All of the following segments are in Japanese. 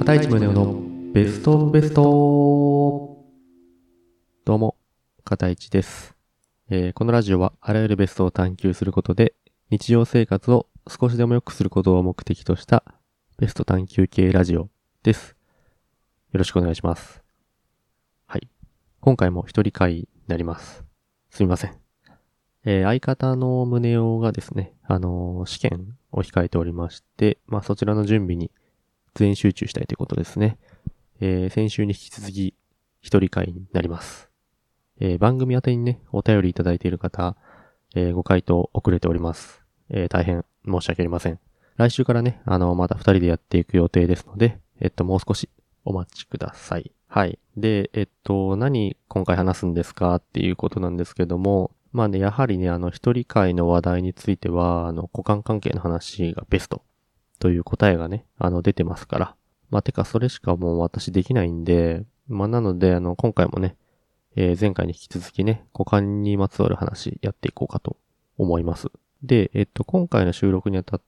片市宗男のベストオブベスト。どうも、片市です。このラジオはあらゆるベストを探求することで日常生活を少しでも良くすることを目的としたベスト探求系ラジオです。よろしくお願いします。はい。今回も一人会になります。すみません。相方の宗男がですね、試験を控えておりまして、そちらの準備に全集中したいということですね。先週に引き続き一人会になります。番組宛てにね、お便りいただいている方、ご回答遅れております。大変申し訳ありません。来週からね、また二人でやっていく予定ですので、もう少しお待ちください。はい。で、何今回話すんですかっていうことなんですけども、やはりね、一人会の話題については、股間関係の話がベストという答えがね、出てますから。てか、それしかもう私できないんで、なので、今回もね、前回に引き続きね、股間にまつわる話やっていこうかと思います。で、今回の収録にあたって、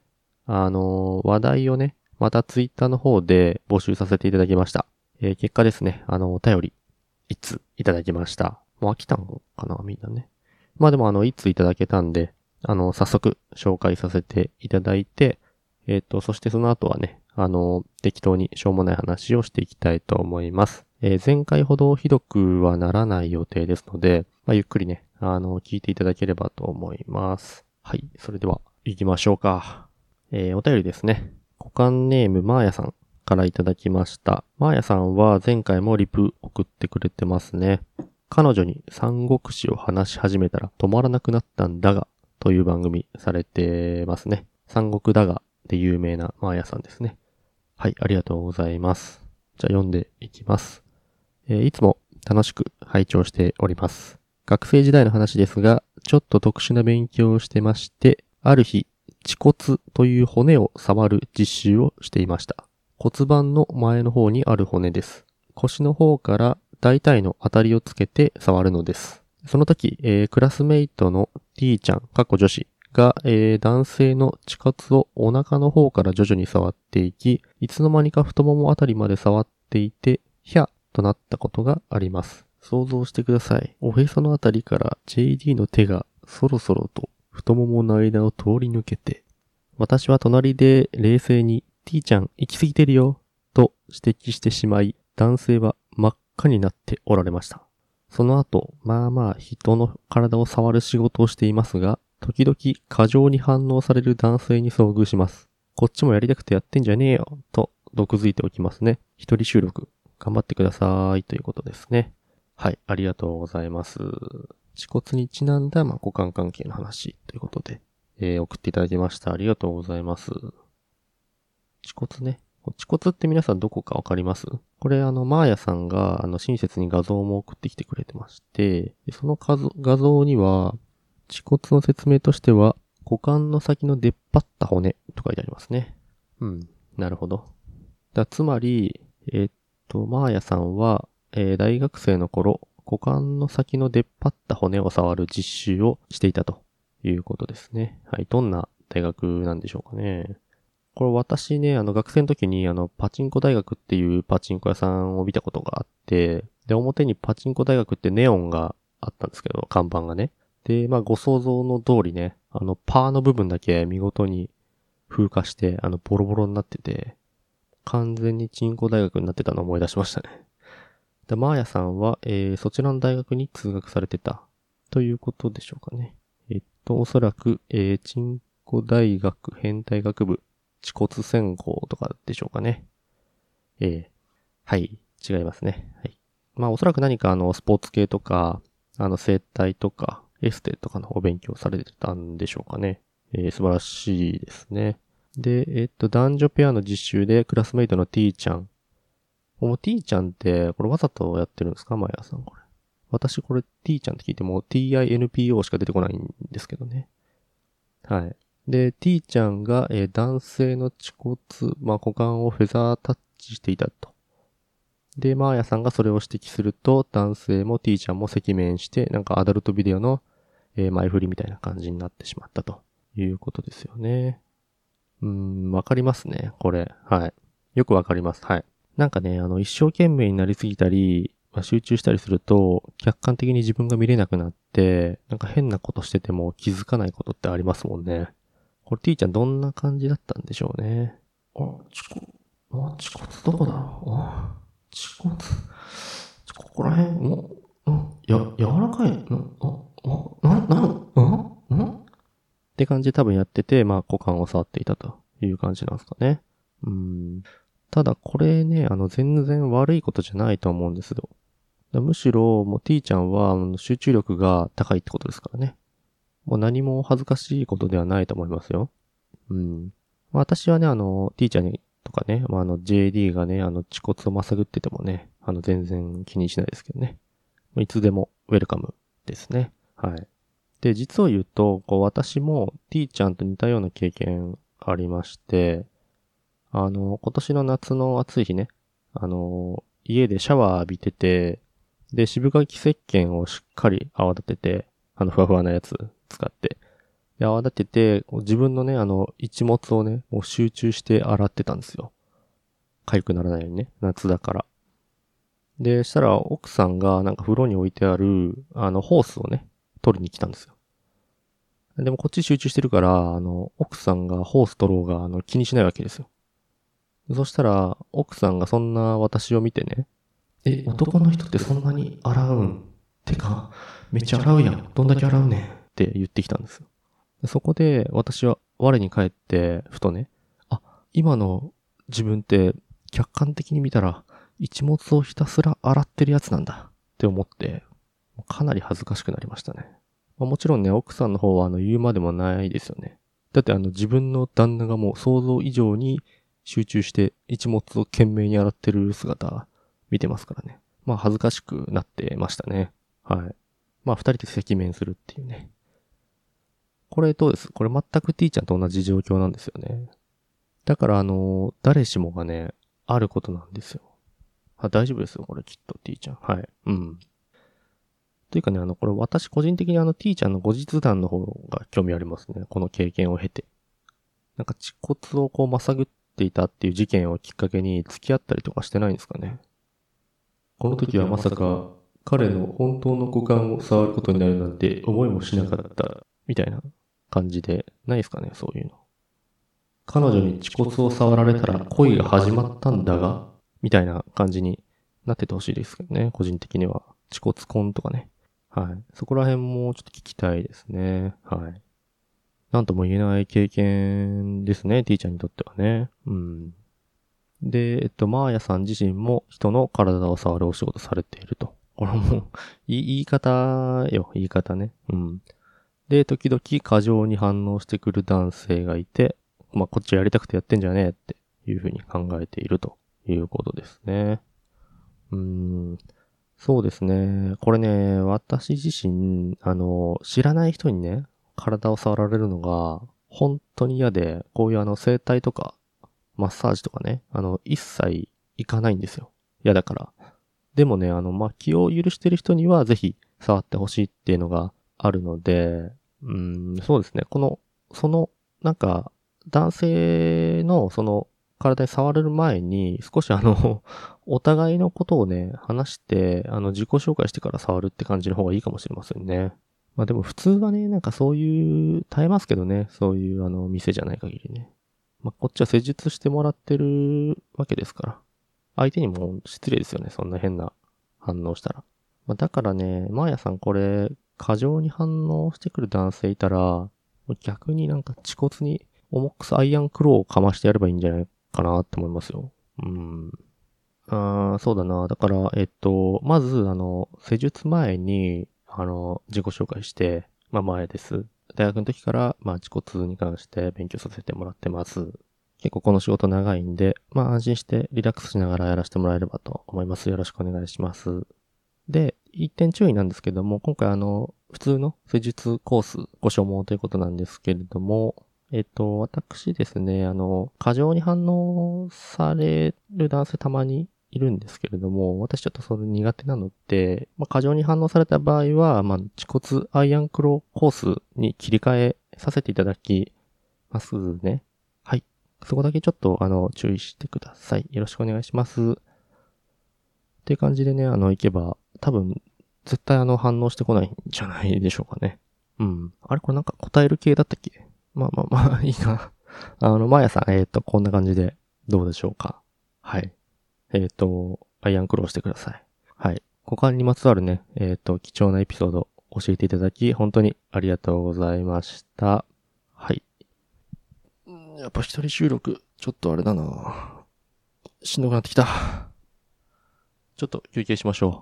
話題をね、またツイッターの方で募集させていただきました。結果ですね、お便り、1通いただきました。もう飽きたのかなみんなね。でも1通いただけたんで、早速紹介させていただいて、そしてその後はね、適当にしょうもない話をしていきたいと思います。前回ほどひどくはならない予定ですので、ゆっくりね、聞いていただければと思います。はい、それでは行きましょうか。お便りですね。股間ネームマーヤさんからいただきました。マーヤさんは前回もリプ送ってくれてますね。彼女に三国志を話し始めたら止まらなくなったんだがという番組されてますね。三国だがで有名なマーヤさんですね。はい、ありがとうございます。じゃあ読んでいきます。いつも楽しく拝聴しております。学生時代の話ですが、ちょっと特殊な勉強をしてまして、ある日、恥骨という骨を触る実習をしていました。骨盤の前の方にある骨です。腰の方から大体の当たりをつけて触るのです。その時、クラスメイトの T ちゃん、女子が、男性の恥骨をお腹の方から徐々に触っていき、いつの間にか太ももあたりまで触っていて、ひゃとなったことがあります。想像してください。おへそのあたりから JD の手がそろそろと太ももの間を通り抜けて、私は隣で冷静に T ちゃん行き過ぎてるよと指摘してしまい、男性は真っ赤になっておられました。その後、人の体を触る仕事をしていますが、時々過剰に反応される男性に遭遇します。こっちもやりたくてやってんじゃねえよと毒づいておきますね。一人収録頑張ってくださいということですね。はい、ありがとうございます。恥骨にちなんだ、股間関係の話ということで、送っていただきました。ありがとうございます。恥骨ね。恥骨って皆さんどこかわかります？これマーヤさんが親切に画像も送ってきてくれてまして、その画像には、恥骨の説明としては、股間の先の出っ張った骨と書いてありますね。なるほど。つまり、マーヤさんは、大学生の頃、股間の先の出っ張った骨を触る実習をしていたということですね。はい。どんな大学なんでしょうかね。これ私ね、学生の時にパチンコ大学っていうパチンコ屋さんを見たことがあって、で、表にパチンコ大学ってネオンがあったんですけど、看板がね。で、ご想像の通りね、パーの部分だけ見事に風化して、ボロボロになってて、完全にチンコ大学になってたのを思い出しましたね。で、マーヤさんは、そちらの大学に通学されてたということでしょうかね。おそらく、チンコ大学変態学部恥骨専攻とかでしょうかね。はい、違いますね。はい。おそらく何かスポーツ系とか、生態とか、エステとかのお勉強されてたんでしょうかね。素晴らしいですね。で、男女ペアの実習でクラスメイトの T ちゃん。T ちゃんって、これわざとやってるんですかマヤさんこれ。私これ T ちゃんって聞いても TINPO しか出てこないんですけどね。はい。で、T ちゃんが、男性の恥骨、股間をフェザータッチしていたと。で、マーヤさんがそれを指摘すると、男性も T ちゃんも赤面して、なんかアダルトビデオの、前振りみたいな感じになってしまったということですよね。わかりますね、これ。はい。いよくわかります。はい。なんかね、一生懸命になりすぎたり、集中したりすると、客観的に自分が見れなくなって、なんか変なことしてても気づかないことってありますもんね。これ T ちゃんどんな感じだったんでしょうね。恥骨どこだろう恥骨。ここら辺、柔らかいって感じで多分やってて、股間を触っていたという感じなんですかね。ただこれね、全然悪いことじゃないと思うんですよ。むしろ、もう T ちゃんは集中力が高いってことですからね。もう何も恥ずかしいことではないと思いますよ。私はね、T ちゃんにとかね、JD がね、恥骨をまさぐっててもね、全然気にしないですけどね。いつでもウェルカムですね。はい。で、実を言うと、私も T ちゃんと似たような経験ありまして、今年の夏の暑い日ね、家でシャワー浴びてて、で、渋柿石鹸をしっかり泡立てて、ふわふわなやつ使って、で、泡立てて、自分のね、一物をね、もう集中して洗ってたんですよ。痒くならないようにね、夏だから。で、したら奥さんがなんか風呂に置いてある、ホースをね、取りに来たんですよ。でもこっち集中してるから、奥さんがホース取ろうが、気にしないわけですよ。そしたら、奥さんがそんな私を見てね、男の人ってそんなに洗うんてか、めっちゃ洗うやん。どんだけ洗うねんって言ってきたんですよ。そこで私は我に返って、ふとね、今の自分って客観的に見たら、一物をひたすら洗ってるやつなんだって思って、かなり恥ずかしくなりましたね。もちろんね、奥さんの方は言うまでもないですよね。だって自分の旦那がもう想像以上に集中して一物を懸命に洗ってる姿見てますからね。恥ずかしくなってましたね。はい。二人で赤面するっていうね。これどうです？これ全く T ちゃんと同じ状況なんですよね。だから誰しもがね、あることなんですよ。大丈夫ですよ、これきっと T ちゃん。はい。というかね、これ私個人的にT ちゃんの後日談の方が興味ありますね。この経験を経て。なんか恥骨をまさぐっていたっていう事件をきっかけに付き合ったりとかしてないんですかね。この時はまさか彼の本当の股間を触ることになるなんて思いもしなかったみたいな感じでないですかね、そういうの。彼女に恥骨を触られたら恋が始まったんだがみたいな感じになっててほしいですけどね、個人的には。恥骨婚とかね。はい。そこら辺もちょっと聞きたいですね。はい。なんとも言えない経験ですね、T ちゃんにとってはね。で、マーヤさん自身も人の体を触るお仕事されていると。これも言い方よ、言い方ね。で、時々過剰に反応してくる男性がいて、こっちやりたくてやってんじゃねえっていうふうに考えているということですね。そうですね。これね、私自身、知らない人にね、体を触られるのが本当に嫌で、こういう整体とか、マッサージとかね、一切行かないんですよ。嫌だから。でもね、気を許してる人にはぜひ触ってほしいっていうのがあるので、そうですね。なんか、男性の体に触れる前に、少しお互いのことをね、話して、自己紹介してから触るって感じの方がいいかもしれませんね。でも普通はね、なんかそういう、耐えますけどね、そういう店じゃない限りね。こっちは施術してもらってるわけですから。相手にも失礼ですよね、そんな変な反応したら。だからね、マーヤさんこれ、過剰に反応してくる男性いたら、逆になんか恥骨に重くアイアンクローをかましてやればいいんじゃないかなって思いますよ。そうだな。だから、まず、施術前に、自己紹介して、前です。大学の時から、恥骨に関して勉強させてもらってます。結構この仕事長いんで、安心してリラックスしながらやらせてもらえればと思います。よろしくお願いします。で、一点注意なんですけども、今回普通の施術コースご所望ということなんですけれども、私ですね、過剰に反応される男性たまにいるんですけれども、私ちょっとそれ苦手なので、過剰に反応された場合は、恥骨アイアンクローコースに切り替えさせていただきますね。はい。 そこだけちょっと、注意してください。よろしくお願いします。っていう感じでね、行けば、多分、絶対反応してこないんじゃないでしょうかね。うん。あれこれなんか答える系だったっけ？まあまあまあ、いいかな。マーヤさん、こんな感じで、どうでしょうか。はい。アイアンクローしてください。はい。股間にまつわるね、貴重なエピソード教えていただき、本当にありがとうございました。はい。やっぱ一人収録、ちょっとあれだな。しんどくなってきた。ちょっと休憩しましょ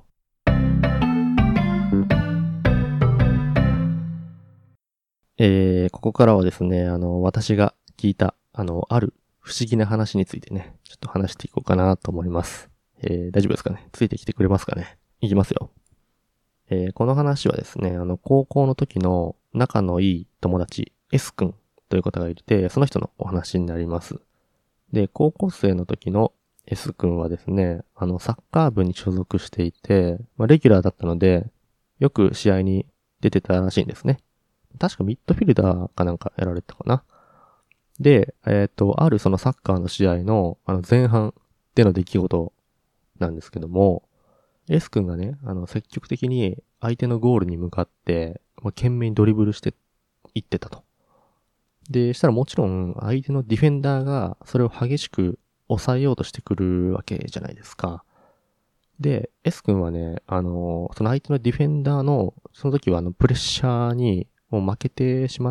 う。ここからはですね、私が聞いた、ある不思議な話についてね、ちょっと話していこうかなと思います。大丈夫ですかね？ついてきてくれますかね？いきますよ。この話はですね、高校の時の仲のいい友達、S 君という方がいて、その人のお話になります。で、高校生の時の S 君はですね、サッカー部に所属していて、レギュラーだったので、よく試合に出てたらしいんですね。確かミッドフィルダーかなんかやられてたかな。で、あるそのサッカーの試合の、前半での出来事なんですけども、S 君がね、積極的に相手のゴールに向かって、懸命にドリブルしていってたと。で、したらもちろん相手のディフェンダーがそれを激しく抑えようとしてくるわけじゃないですか。で、S 君はね、その相手のディフェンダーの、その時はプレッシャーにもう負けてしまって、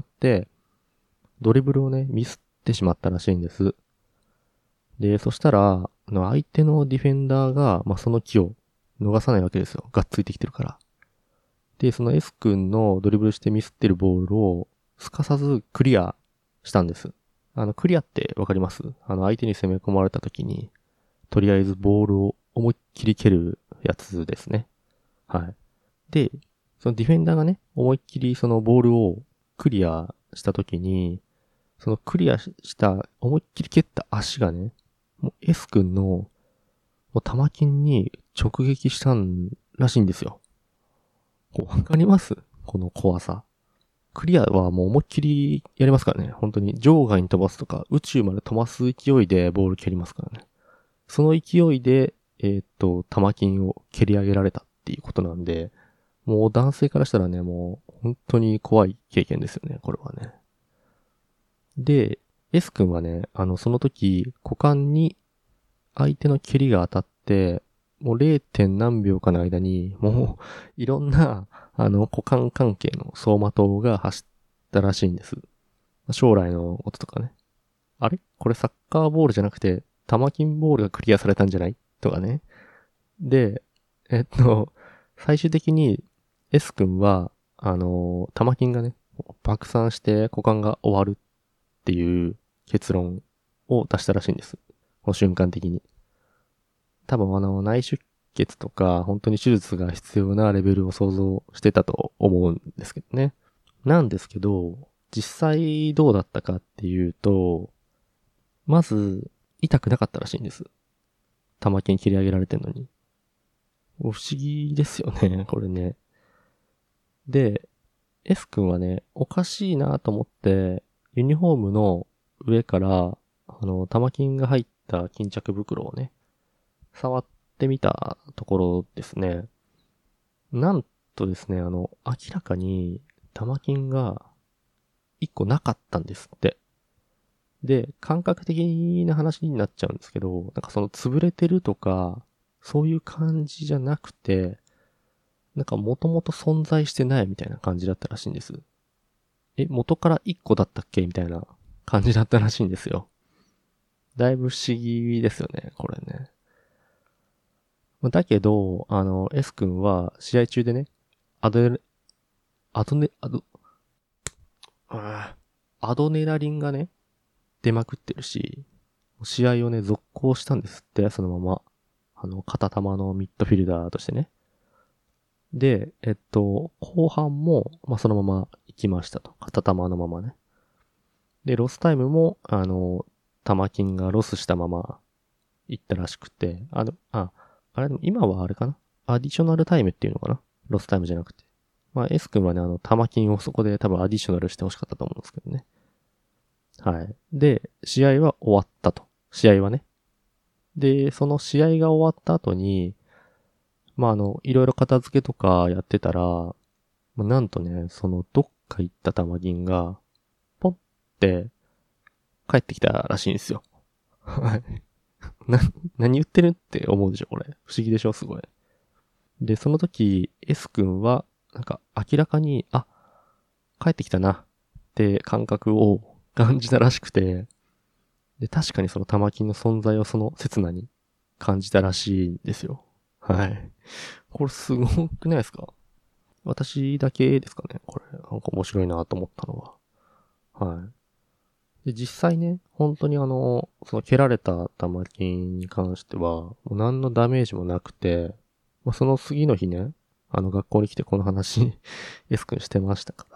ドリブルをね、ミスってしまったらしいんです。で、そしたら、相手のディフェンダーが、その気を逃さないわけですよ。がっついてきてるから。で、その S 君のドリブルしてミスってるボールを、すかさずクリアしたんです。クリアってわかります？相手に攻め込まれた時に、とりあえずボールを思いっきり蹴るやつですね。はい。で、そのディフェンダーがね、思いっきりそのボールをクリアした時に、そのクリアした思いっきり蹴った足がね、もう S 君のもう玉金に直撃したんらしいんですよ。わかります？この怖さ。クリアはもう思いっきりやりますからね。本当に場外に飛ばすとか、宇宙まで飛ばす勢いでボール蹴りますからね。その勢いで、玉金を蹴り上げられたっていうことなんで、もう男性からしたらね、もう本当に怖い経験ですよね、これはね。で、S 君はね、その時、股間に相手の蹴りが当たって、もう 0. 何秒かの間に、もういろんな、股間関係の走馬灯が走ったらしいんです。将来のこととかね。あれこれサッカーボールじゃなくて、玉金ボールがクリアされたんじゃないとかね。で、最終的に S 君は、玉金がね、爆散して股間が終わるっていう結論を出したらしいんです。この瞬間的に。多分内出血とか、本当に手術が必要なレベルを想像してたと思うんですけどね。なんですけど、実際どうだったかっていうと、まず、痛くなかったらしいんです。玉剣切り上げられてんのに。不思議ですよね、これね。で、S 君はね、おかしいなと思って、ユニフォームの上から、玉金が入った巾着袋をね、触ってみたところですね。なんとですね、明らかに玉金が一個なかったんですって。で、感覚的な話になっちゃうんですけど、なんかその潰れてるとか、そういう感じじゃなくて、なんかもともと存在してないみたいな感じだったらしいんです。元から一個だったっけみたいな感じだったらしいんですよ。だいぶ不思議ですよね、これね。だけど、S 君は試合中でね、アドネ、アドネ、アド、あーアドネラリンがね、出まくってるし、試合をね、続行したんですって、そのまま。片玉のミッドフィルダーとしてね。で、後半も、そのまま行きましたと。片玉のままね。で、ロスタイムも、玉金がロスしたまま行ったらしくて、あれでも今はあれかな？アディショナルタイムっていうのかな？ロスタイムじゃなくて。S 君はね、玉金をそこで多分アディショナルしてほしかったと思うんですけどね。 はい。で、試合は終わったと。試合はね。で、その試合が終わった後に、いろいろ片付けとかやってたら、なんとね、そのどっか行った玉銀が、ポンって帰ってきたらしいんですよ。はい。何言ってるって思うでしょ、これ。不思議でしょ、すごい。で、その時、S 君は、なんか明らかに、帰ってきたなって感覚を感じたらしくて、で、確かにその玉金の存在をその刹那に感じたらしいんですよ。はい。これすごくないですか？私だけですかね、これ。なんか面白いなと思ったのは。はい。で、実際ね、本当にその蹴られた玉金に関しては、もう何のダメージもなくて、その次の日ね、学校に来てこの話S 君してましたから、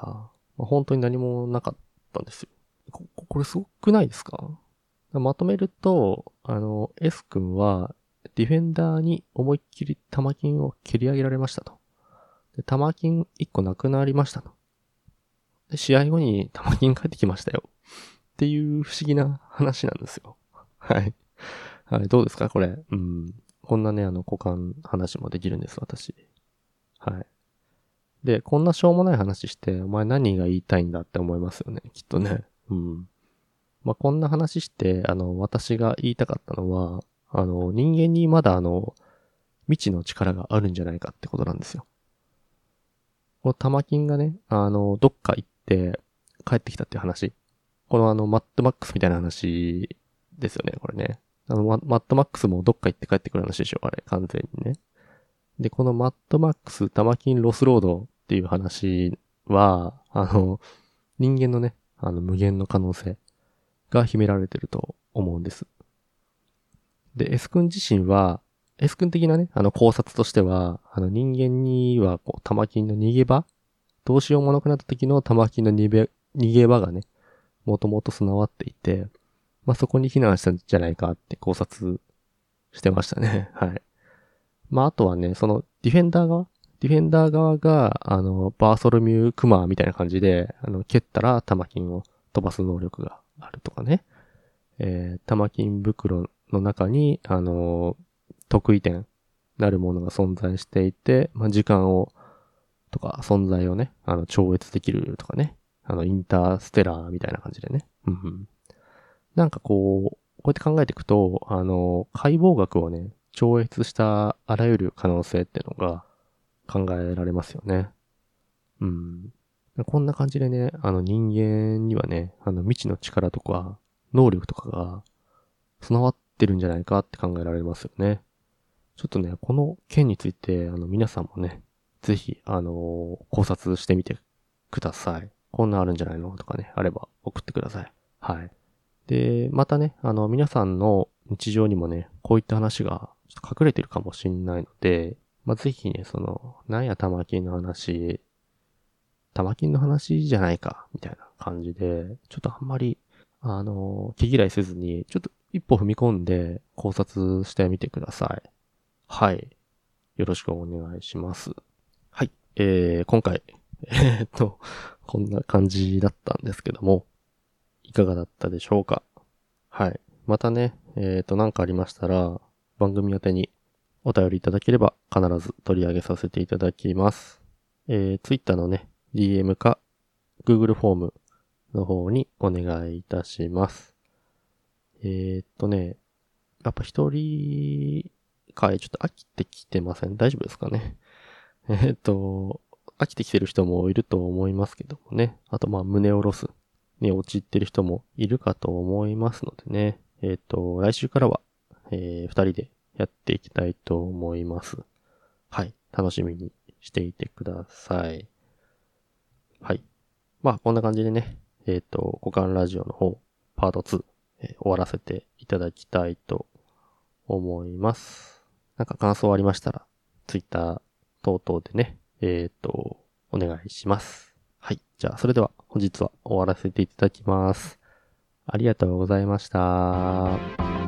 本当に何もなかったんですよ。これすごくないですか？まとめると、S 君は、ディフェンダーに思いっきり玉金を蹴り上げられましたと。で、玉金1個なくなりましたと。で、試合後に玉金帰ってきましたよ。っていう不思議な話なんですよ。はい。はい、どうですかこれ。うん。こんなね、股間話もできるんです、私。はい。で、こんなしょうもない話して、お前何が言いたいんだって思いますよね、きっとね。うん。こんな話して、私が言いたかったのは、人間にまだ未知の力があるんじゃないかってことなんですよ。この玉金がね、どっか行って帰ってきたっていう話。このマッドマックスみたいな話ですよね、これね。マッドマックスもどっか行って帰ってくる話でしょ、あれ、完全にね。で、このマッドマックス、玉金ロスロードっていう話は、人間のね、無限の可能性が秘められてると思うんです。で、S 君自身は、S 君的なね、考察としては、人間には、玉金の逃げ場、どうしようもなくなった時の玉金の逃げ場がね、もともと備わっていて、そこに避難したんじゃないかって考察してましたね。はい。あとはね、そのディフェンダー側が、バーソルミュー・クマーみたいな感じで、蹴ったら玉金を飛ばす能力があるとかね。玉金袋の中に、得意点なるものが存在していて、時間を、とか存在をね、超越できるとかね。インターステラーみたいな感じでね。なんかこうやって考えていくと、解剖学をね、超越したあらゆる可能性っていうのが考えられますよね。うん。こんな感じでね、人間にはね、未知の力とか、能力とかが備わってるんじゃないかって考えられますよね。ちょっとね、この件について、皆さんもね、ぜひ、考察してみてください。こんなんあるんじゃないのとかね、あれば送ってください。はい。で、またね、皆さんの日常にもね、こういった話がちょっと隠れてるかもしんないので、ぜひね、なんや玉金の話、玉金の話じゃないか、みたいな感じで、ちょっとあんまり、毛嫌いせずに、ちょっと一歩踏み込んで考察してみてください。はい。よろしくお願いします。はい。今回、こんな感じだったんですけども、いかがだったでしょうか？はい。またね、なんかありましたら、番組宛てにお便りいただければ必ず取り上げさせていただきます。Twitter のね、DM か Google フォームの方にお願いいたします。やっぱ一人会ちょっと飽きてきてません？大丈夫ですかね？飽きてきてる人もいると思いますけどもね。あと胸をロスに陥ってる人もいるかと思いますのでね。来週からは、二人でやっていきたいと思います。はい。楽しみにしていてください。はい。こんな感じでね、股間ラジオの方、パート2、終わらせていただきたいと思います。なんか感想ありましたら、Twitter 等々でね、お願いします。はい。じゃあ、それでは本日は終わらせていただきます。ありがとうございました。